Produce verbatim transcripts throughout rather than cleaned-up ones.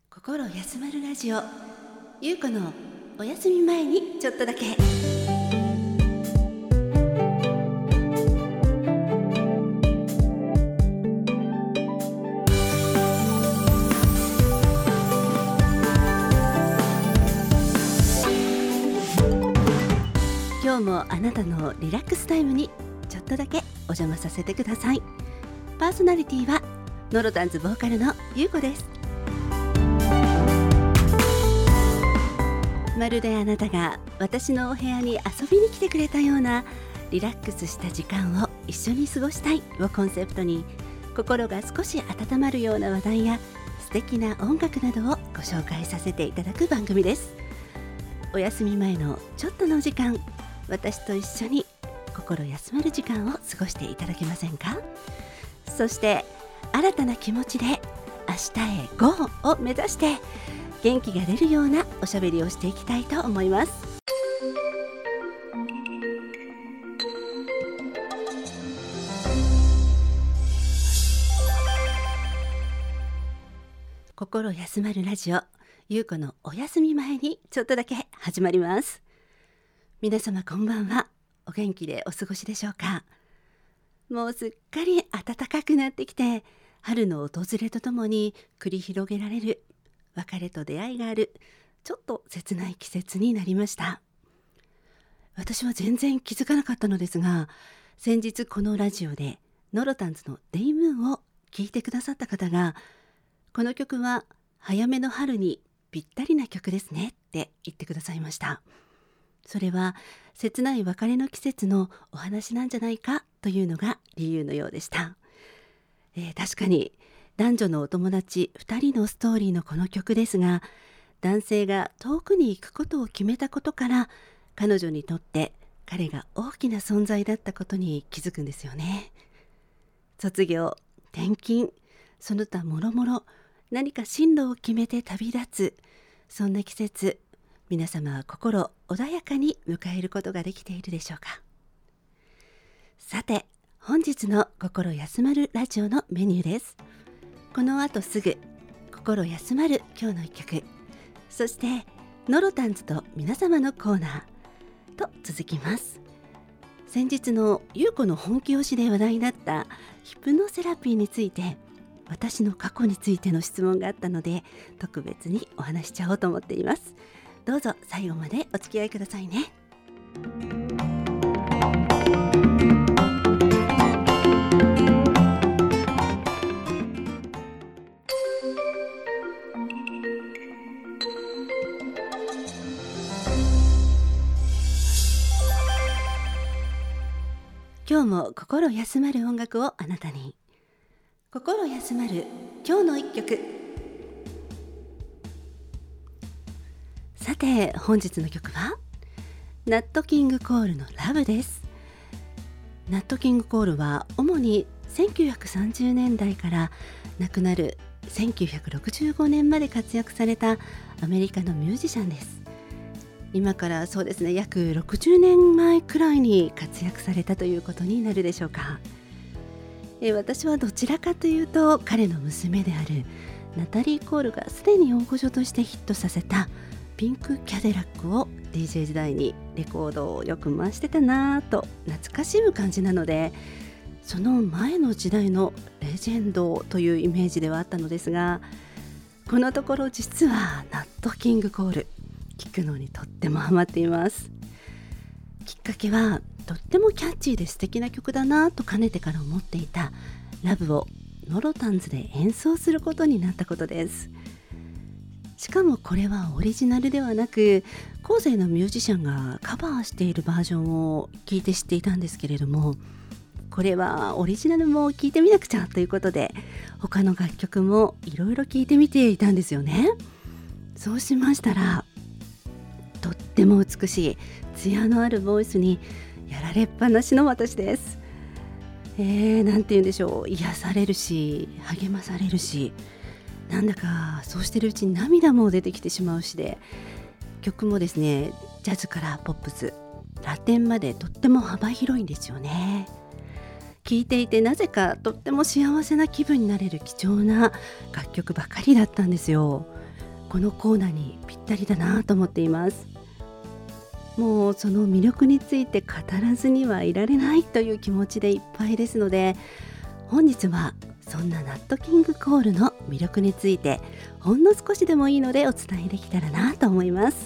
心休まるラジオ、ゆうこのお休み前にちょっとだけ。今日もあなたのリラックスタイムにちょっとだけお邪魔させてください。パーソナリティはノロタンズボーカルのゆうこです。まるであなたが私のお部屋に遊びに来てくれたようなリラックスした時間を一緒に過ごしたいをコンセプトに、心が少し温まるような話題や素敵な音楽などをご紹介させていただく番組です。お休み前のちょっとの時間、私と一緒に心休まる時間を過ごしていただけませんか。そして新たな気持ちで明日へ ゴー を目指して元気が出るようなおしゃべりをしていきたいと思います。心休まるラジオ、ゆうこのお休み前にちょっとだけ始まります。皆様こんばんは。お元気でお過ごしでしょうか。もうすっかり暖かくなってきて、春の訪れとともに繰り広げられる別れと出会いがある、ちょっと切ない季節になりました。私は全然気づかなかったのですが、先日このラジオでノロタンズのデイムーンを聴いてくださった方が、この曲は早めの春にぴったりな曲ですねって言ってくださいました。それは切ない別れの季節のお話なんじゃないかというのが理由のようでした。えー、確かに男女のお友達ふたりのストーリーのこの曲ですが、男性が遠くに行くことを決めたことから、彼女にとって彼が大きな存在だったことに気づくんですよね。卒業、転勤、その他もろもろ、何か進路を決めて旅立つ、そんな季節、皆様は心穏やかに迎えることができているでしょうか。さて、本日の心休まるラジオのメニューです。この後すぐ心休まる今日の一曲、そしてノロタンズと皆様のコーナーと続きます。先日のゆうこの本気推しで話題になったヒプノセラピーについて、私の過去についての質問があったので、特別にお話しちゃおうと思っています。どうぞ最後までお付き合いくださいね。今日も心休まる音楽をあなたに。心休まる今日の一曲。さて、本日の曲はナットキングコールのラブです。ナットキングコールは主にせんきゅうひゃくさんじゅうねんだいから亡くなるせんきゅうひゃくろくじゅうごねんまで活躍されたアメリカのミュージシャンです。今からそうですね、約ろくじゅうねんまえくらいに活躍されたということになるでしょうか。え私はどちらかというと、彼の娘であるナタリー・コールがすでに大御所としてヒットさせたピンク・キャデラックを ディージェー 時代にレコードをよく回してたなぁと懐かしむ感じなので、その前の時代のレジェンドというイメージではあったのですが、このところ実はナットキングコール聴くのにとってもハマっています。きっかけはとってもキャッチーで素敵な曲だなとかねてから思っていたラブをノロタンズで演奏することになったことです。しかもこれはオリジナルではなく、後世のミュージシャンがカバーしているバージョンを聞いて知っていたんですけれども、これはオリジナルも聞いてみなくちゃということで、他の楽曲もいろいろ聞いてみていたんですよね。そうしましたら、とっても美しい艶のあるボイスにやられっぱなしの私です。えー、なんて言うんでしょう、癒されるし励まされるし、なんだかそうしてるうちに涙も出てきてしまうしで、曲もですね、ジャズからポップス、ラテンまでとっても幅広いんですよね。聴いていてなぜかとっても幸せな気分になれる貴重な楽曲ばかりだったんですよ。 このコーナーにぴったりだなと思っています。もうその魅力について語らずにはいられないという気持ちでいっぱいですので、本日はそんなナットキングコールの魅力についてほんの少しでもいいのでお伝えできたらなと思います。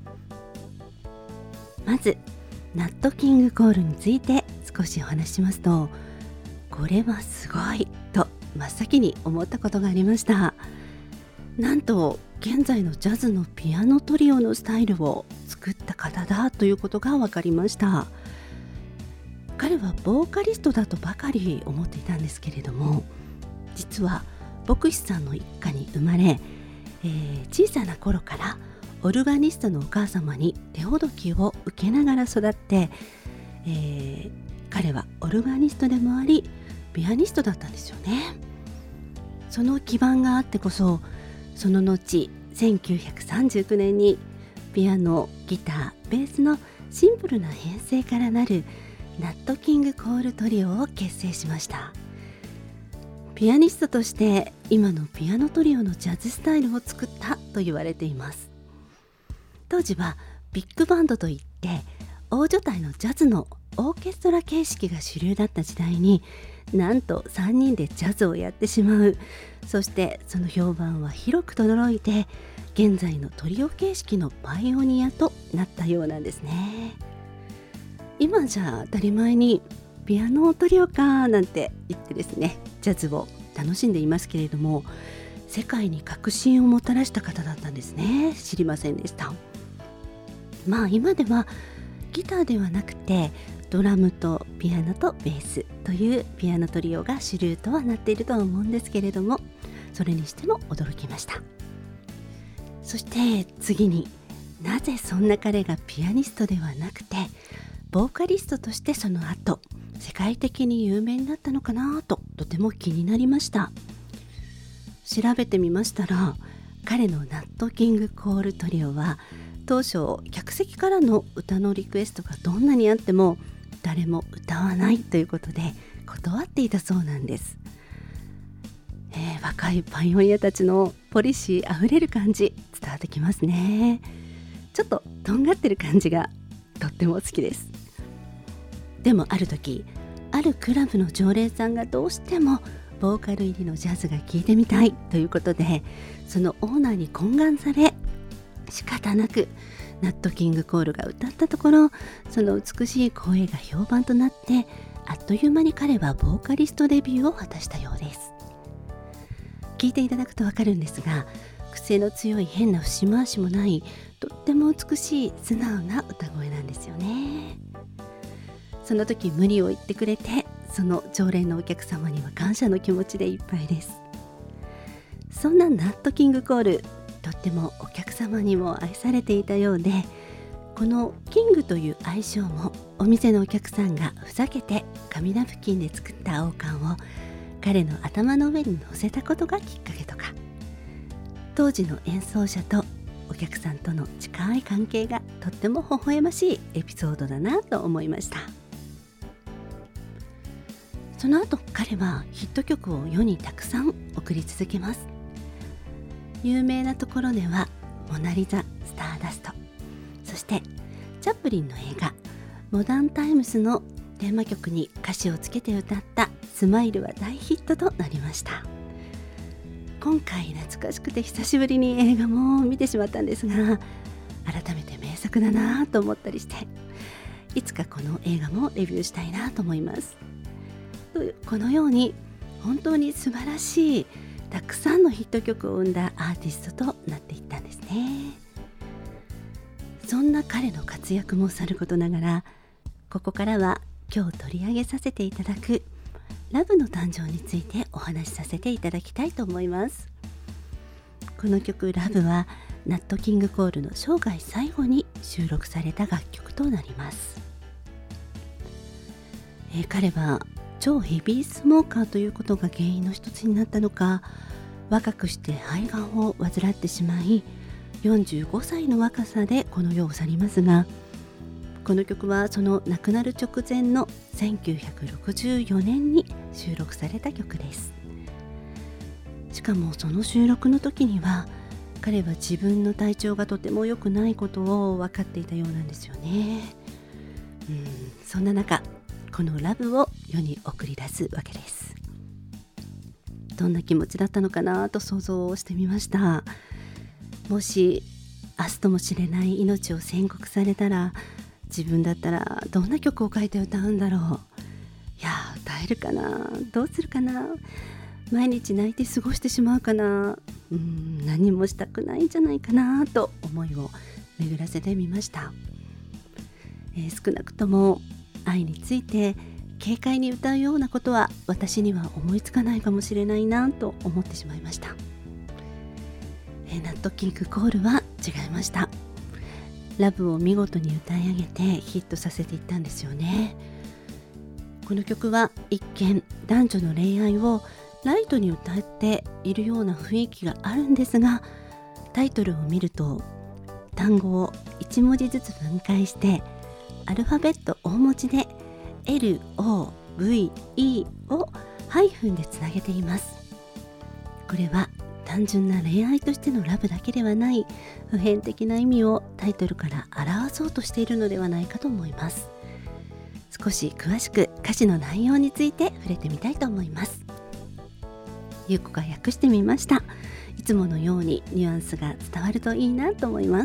まずナットキングコールについて少しお話ししますと、これはすごいと真っ先に思ったことがありました。なんと現在のジャズのピアノトリオのスタイルを作った方だということが分かりました。彼はボーカリストだとばかり思っていたんですけれども、実は牧師さんの一家に生まれ、えー、小さな頃からオルガニストのお母様に手ほどきを受けながら育って、えー、彼はオルガニストでもありピアニストだったんですよね。その基盤があってこそ、その後せんきゅうひゃくさんじゅうきゅうねんにピアノ、ギター、ベースのシンプルな編成からなるナットキングコールトリオを結成しました。ピアニストとして今のピアノトリオのジャズスタイルを作ったと言われています。当時はビッグバンドといって大所帯のジャズのオーケストラ形式が主流だった時代に、なんとさんにんでジャズをやってしまう。そしてその評判は広く轟いて、現在のトリオ形式のパイオニアとなったようなんですね。今じゃ当たり前にピアノトリオかなんて言ってですね、ジャズを楽しんでいますけれども、世界に革新をもたらした方だったんですね。知りませんでした。まあ今ではギターではなくてドラムとピアノとベースというピアノトリオが主流とはなっているとは思うんですけれども、それにしても驚きました。そして次に、なぜそんな彼がピアニストではなくてボーカリストとしてその後世界的に有名になったのかなと、とても気になりました。調べてみましたら、彼のナットキングコールトリオは当初客席からの歌のリクエストがどんなにあっても誰も歌わないということで断っていたそうなんです。えー、若いパイオニアたちのポリシーあふれる感じ伝わってきますね。ちょっととんがってる感じがとっても好きです。でもある時、あるクラブの常連さんがどうしてもボーカル入りのジャズが聴いてみたいということで、そのオーナーに懇願され、仕方なくナットキングコールが歌ったところ、その美しい声が評判となって、あっという間に彼はボーカリストデビューを果たしたようです。聞いていただくとわかるんですが、癖の強い変な節回しもない、とっても美しい素直な歌声なんですよね。その時無理を言ってくれて、その常連のお客様には感謝の気持ちでいっぱいです。そんなナットキングコール、とってもお客様にも愛されていたようで、このキングという愛称もお店のお客さんがふざけて紙ナプキンで作った王冠を彼の頭の上に乗せたことがきっかけとか、当時の演奏者とお客さんとの近い関係がとっても微笑ましいエピソードだなと思いました。その後彼はヒット曲を世にたくさん送り続けます。有名なところではモナリザ、スターダスト、そしてチャップリンの映画モダンタイムスのテーマ曲に歌詞をつけて歌ったスマイルは大ヒットとなりました。今回懐かしくて久しぶりに映画も見てしまったんですが、改めて名作だなと思ったりして、いつかこの映画もレビューしたいなと思います。このように本当に素晴らしいたくさんのヒット曲を生んだアーティストとなっていったんですね。そんな彼の活躍もさることながら、ここからは今日取り上げさせていただくラブの誕生についてお話しさせていただきたいと思います。この曲ラブはナットキングコールの生涯最後に収録された楽曲となります。えー、彼は超ヘビースモーカーということが原因の一つになったのか、若くして肺がんを患ってしまい、よんじゅうごさいの若さでこの世を去りますが、この曲はその亡くなる直前のせんきゅうひゃくろくじゅうよねんに収録された曲です。しかもその収録の時には彼は自分の体調がとても良くないことを分かっていたようなんですよね。うん、そんな中、このラブを世に送り出すわけです。どんな気持ちだったのかなと想像してみました。もし明日ともしれない命を宣告されたら、自分だったらどんな曲を書いて歌うんだろう。いや、歌えるかな、どうするかな、毎日泣いて過ごしてしまうかな、うーん何もしたくないんじゃないかなと思いを巡らせてみました。えー、少なくとも愛について軽快に歌うようなことは私には思いつかないかもしれないなと思ってしまいました。えー、ナットキングコールは違いました。ラブを見事に歌い上げてヒットさせていったんですよね。この曲は一見男女の恋愛をライトに歌っているような雰囲気があるんですが、タイトルを見ると単語をいち文字ずつ分解してアルファベット大文字で エルオーブイイー をハイフンでつなげています。これは単純な恋愛としてのラブだけではない普遍的な意味をタイトルから表そうとしているのではないかと思います。少し詳しく歌詞の内容について触れてみたいと思います。ゆうこが訳してみました。いつものようにニュアンスが伝わるといいなと思います。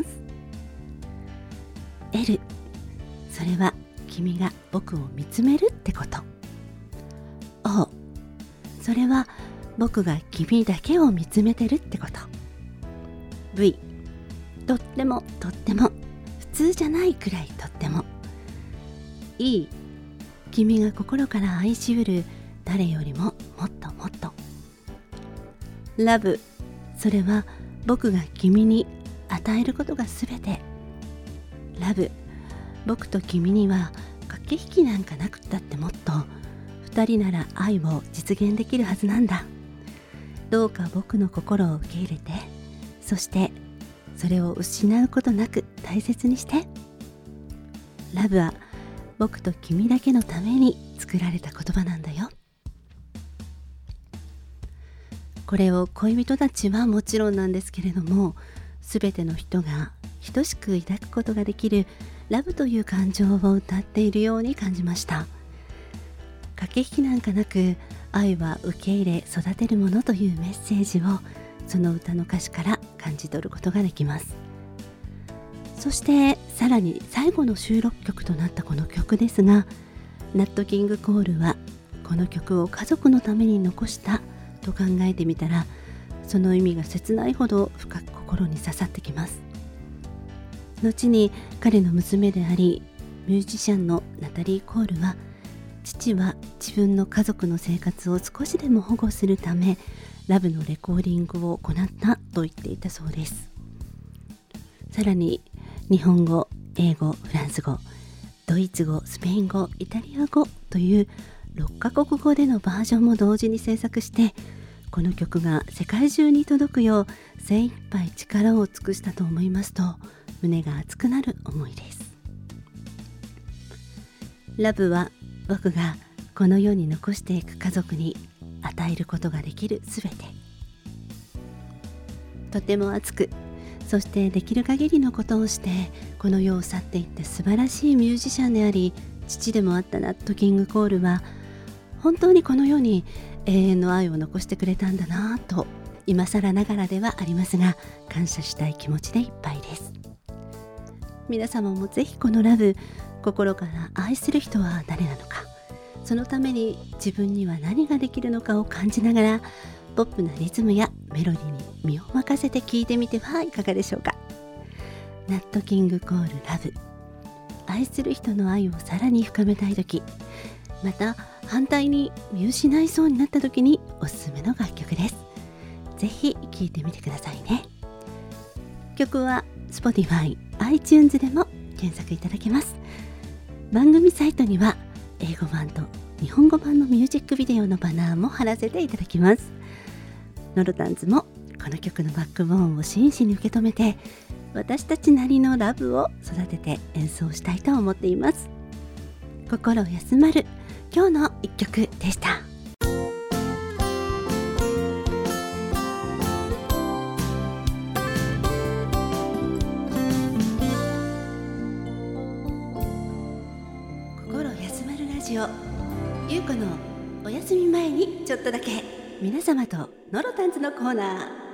L、 それは君が僕を見つめるってこと。 O、 それは僕が君だけを見つめてるってこと。 V、 とってもとっても普通じゃないくらいとっても。 E、 君が心から愛しうる誰よりももっともっと。ラブ、それは僕が君に与えることがすべて。ラブ、僕と君には駆け引きなんかなくったってもっと二人なら愛を実現できるはずなんだ。どうか僕の心を受け入れて、そしてそれを失うことなく大切にして。ラブは僕と君だけのために作られた言葉なんだよ。これを恋人たちはもちろんなんですけれども、すべての人が等しく抱くことができるラブという感情を歌っているように感じました。駆け引きなんかなく、愛は受け入れ育てるものというメッセージをその歌の歌詞から感じ取ることができます。そしてさらに最後の収録曲となったこの曲ですが、ナットキングコールはこの曲を家族のために残したと考えてみたら、その意味が切ないほど深く心に刺さってきます。後に彼の娘でありミュージシャンのナタリー・コールは、父は自分の家族の生活を少しでも保護するためラブのレコーディングを行ったと言っていたそうです。さらに日本語、英語、フランス語、ドイツ語、スペイン語、イタリア語というろっカ国語でのバージョンも同時に制作して、この曲が世界中に届くよう精一杯力を尽くしたと思いますと、胸が熱くなる思いです。ラブは僕がこの世に残していく家族に与えることができるすべて。とても熱く、そしてできる限りのことをしてこの世を去っていった素晴らしいミュージシャンであり父でもあったナットキングコールは、本当にこの世に永遠の愛を残してくれたんだなぁと、今更ながらではありますが感謝したい気持ちでいっぱいです。皆様もぜひこのラブ、心から愛する人は誰なのか、そのために自分には何ができるのかを感じながら、ポップなリズムやメロディに身を任せて聴いてみてはいかがでしょうか。ナットキングコールラブ、愛する人の愛をさらに深めたいとき、また反対に見失いそうになったときにおすすめの楽曲です。ぜひ聴いてみてくださいね。曲は Spotify、iTunes でも検索いただけます。番組サイトには英語版と日本語版のミュージックビデオのバナーも貼らせていただきます。ノロタンズもこの曲のバックボーンを真摯に受け止めて、私たちなりのラブを育てて演奏したいと思っています。心休まる今日の一曲でした。 ジオゆうこのお休み前にちょっとだけ皆様とノロタンズのコーナー。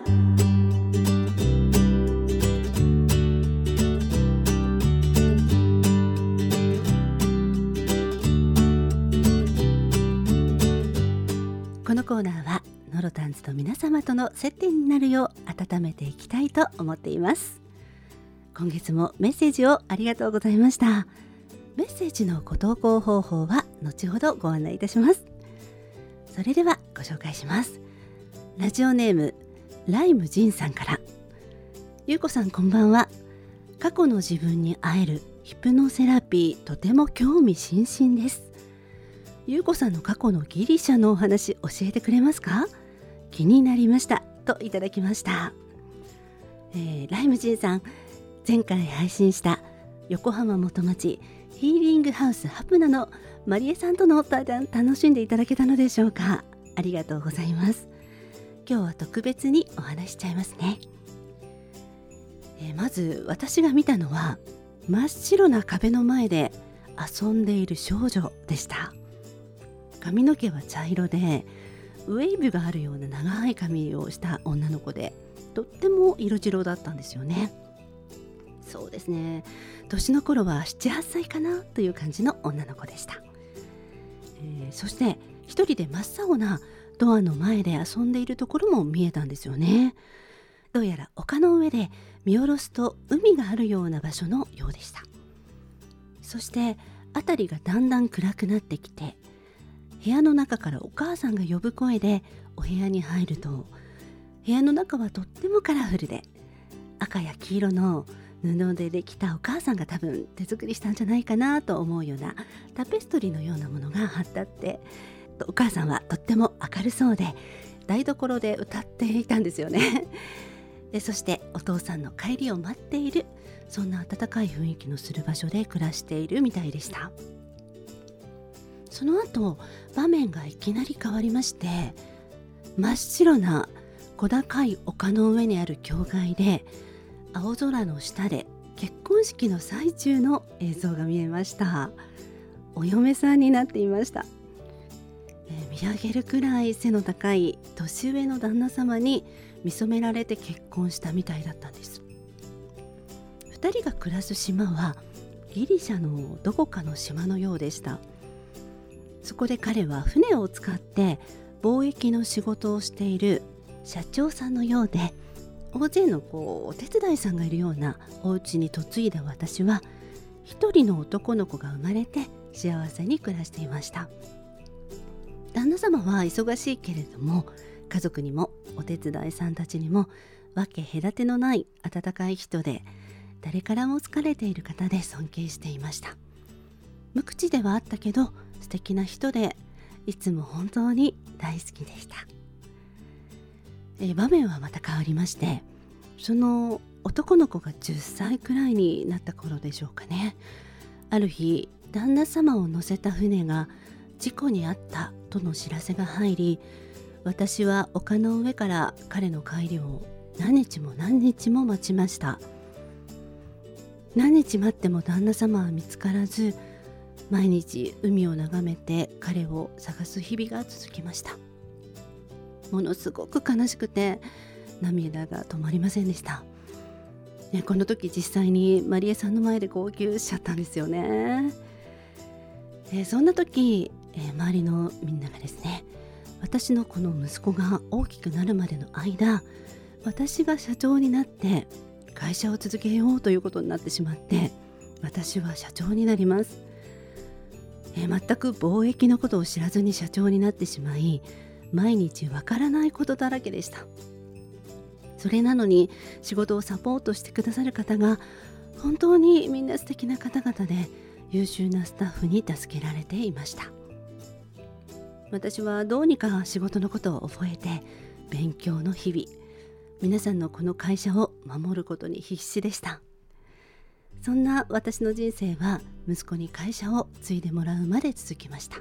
このコーナーはノロタンズと皆様との接点になるよう温めていきたいと思っています。今月もメッセージをありがとうございました。メッセージのご投稿方法は後ほどご案内いたします。それではご紹介します。ラジオネームライムジンさんから。ゆうこさんこんばんは。過去の自分に会えるヒプノセラピー、とても興味津々です。ゆうこさんの過去のギリシャのお話教えてくれますか？気になりましたといただきました。えー、ライムジンさん、前回配信した横浜元町ヒーリングハウスハプナのマリエさんとの対談楽しんでいただけたのでしょうか？ありがとうございます。今日は特別にお話しちゃいますね。えー、まず私が見たのは真っ白な壁の前で遊んでいる少女でした。髪の毛は茶色でウェーブがあるような長い髪をした女の子で、とっても色白だったんですよね。そうですね、年の頃はなな、はっさいかなという感じの女の子でした。えー、そして一人で真っ青なドアの前で遊んでいるところも見えたんですよね。どうやら丘の上で見下ろすと海があるような場所のようでした。そして辺りがだんだん暗くなってきて、部屋の中からお母さんが呼ぶ声でお部屋に入ると、部屋の中はとってもカラフルで、赤や黄色の布でできたお母さんが多分手作りしたんじゃないかなと思うようなタペストリーのようなものが貼ってあって、お母さんはとっても明るそうで台所で歌っていたんですよね。でそしてお父さんの帰りを待っている、そんな温かい雰囲気のする場所で暮らしているみたいでした。その後場面がいきなり変わりまして、真っ白な小高い丘の上にある教会で青空の下で結婚式の最中の映像が見えました。お嫁さんになっていました。えー、見上げるくらい背の高い年上の旦那様に見初められて結婚したみたいだったんです。二人が暮らす島はギリシャのどこかの島のようでした。そこで彼は船を使って貿易の仕事をしている社長さんのようで、大勢のこうお手伝いさんがいるようなお家に嫁いだ私は、一人の男の子が生まれて幸せに暮らしていました。旦那様は忙しいけれども、家族にもお手伝いさんたちにも分け隔てのない温かい人で、誰からも好かれている方で尊敬していました。無口ではあったけど素敵な人で、いつも本当に大好きでした。え場面はまた変わりまして、その男の子がじゅっさいくらいになった頃でしょうかね。ある日、旦那様を乗せた船が事故に遭ったとの知らせが入り、私は丘の上から彼の帰りを何日も何日も待ちました。何日待っても旦那様は見つからず、毎日海を眺めて彼を探す日々が続きました。ものすごく悲しくて涙が止まりませんでした。ね、この時実際にマリエさんの前で号泣しちゃったんですよね。えー、そんな時、えー、周りのみんながですね、私のこの息子が大きくなるまでの間、私が社長になって会社を続けようということになってしまって、私は社長になります。えー、全く貿易のことを知らずに社長になってしまい、毎日わからないことだらけでした。それなのに仕事をサポートしてくださる方が本当にみんな素敵な方々で、優秀なスタッフに助けられていました。私はどうにか仕事のことを覚えて勉強の日々、皆さんのこの会社を守ることに必死でした。そんな私の人生は息子に会社を継いでもらうまで続きました。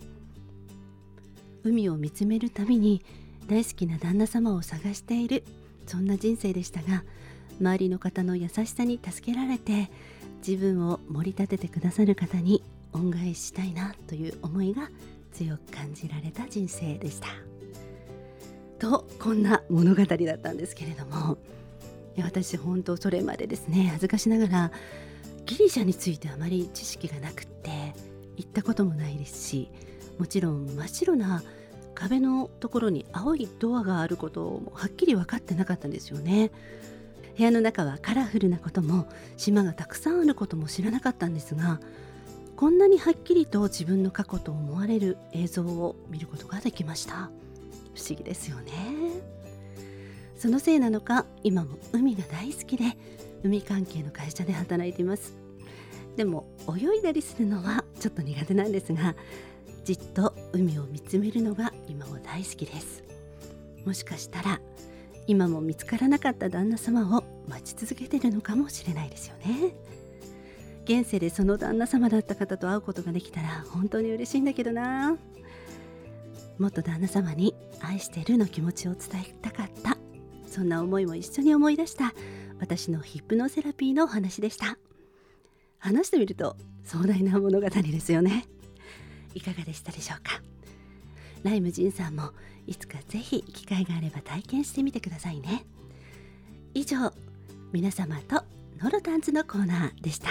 海を見つめるたびに大好きな旦那様を探している、そんな人生でしたが、周りの方の優しさに助けられて、自分を盛り立ててくださる方に恩返ししたいなという思いが強く感じられた人生でした。とこんな物語だったんですけれども、私本当それまでですね、恥ずかしながらギリシャについてあまり知識がなくって行ったこともないですし、もちろん真っ白な壁のところに青いドアがあることもはっきり分かってなかったんですよね。部屋の中はカラフルなことも島がたくさんあることも知らなかったんですが、こんなにはっきりと自分の過去と思われる映像を見ることができました。不思議ですよね。そのせいなのか今も海が大好きで海関係の会社で働いています。でも泳いだりするのはちょっと苦手なんですが、じっと海を見つめるのが今も大好きです。もしかしたら今も見つからなかった旦那様を待ち続けているのかもしれないですよね。現世でその旦那様だった方と会うことができたら本当に嬉しいんだけどな。もっと旦那様に愛してるの気持ちを伝えたかった、そんな思いも一緒に思い出した私のヒプノセラピーのお話でした。話してみると壮大な物語ですよね。いかがでしたでしょうか。ライムジンさんもいつかぜひ機会があれば体験してみてくださいね。以上、皆様とノロタンズのコーナーでした。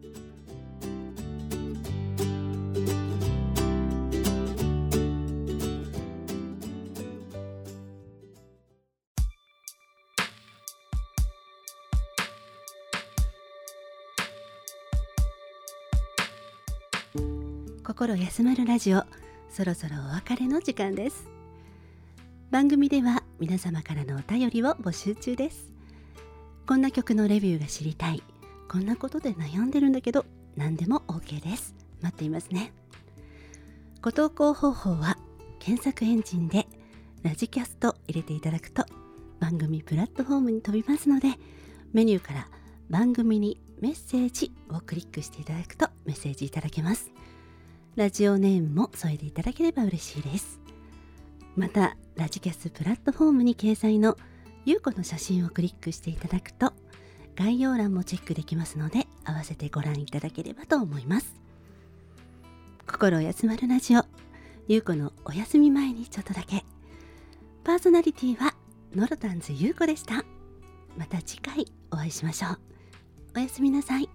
心休まるラジオ、そろそろお別れの時間です。番組では皆様からのお便りを募集中です。こんな曲のレビューが知りたい、こんなことで悩んでるんだけど、何でも OK です。待っていますね。ご投稿方法は検索エンジンでラジキャスト入れていただくと番組プラットフォームに飛びますので、メニューから番組にメッセージをクリックしていただくとメッセージいただけます。ラジオネームも添えていただければ嬉しいです。またラジキャスプラットフォームに掲載のゆうこの写真をクリックしていただくと概要欄もチェックできますので、合わせてご覧いただければと思います。心休まるラジオ、ゆうこのお休み前にちょっとだけ。パーソナリティはノロタンズゆうこでした。また次回お会いしましょう。おやすみなさい。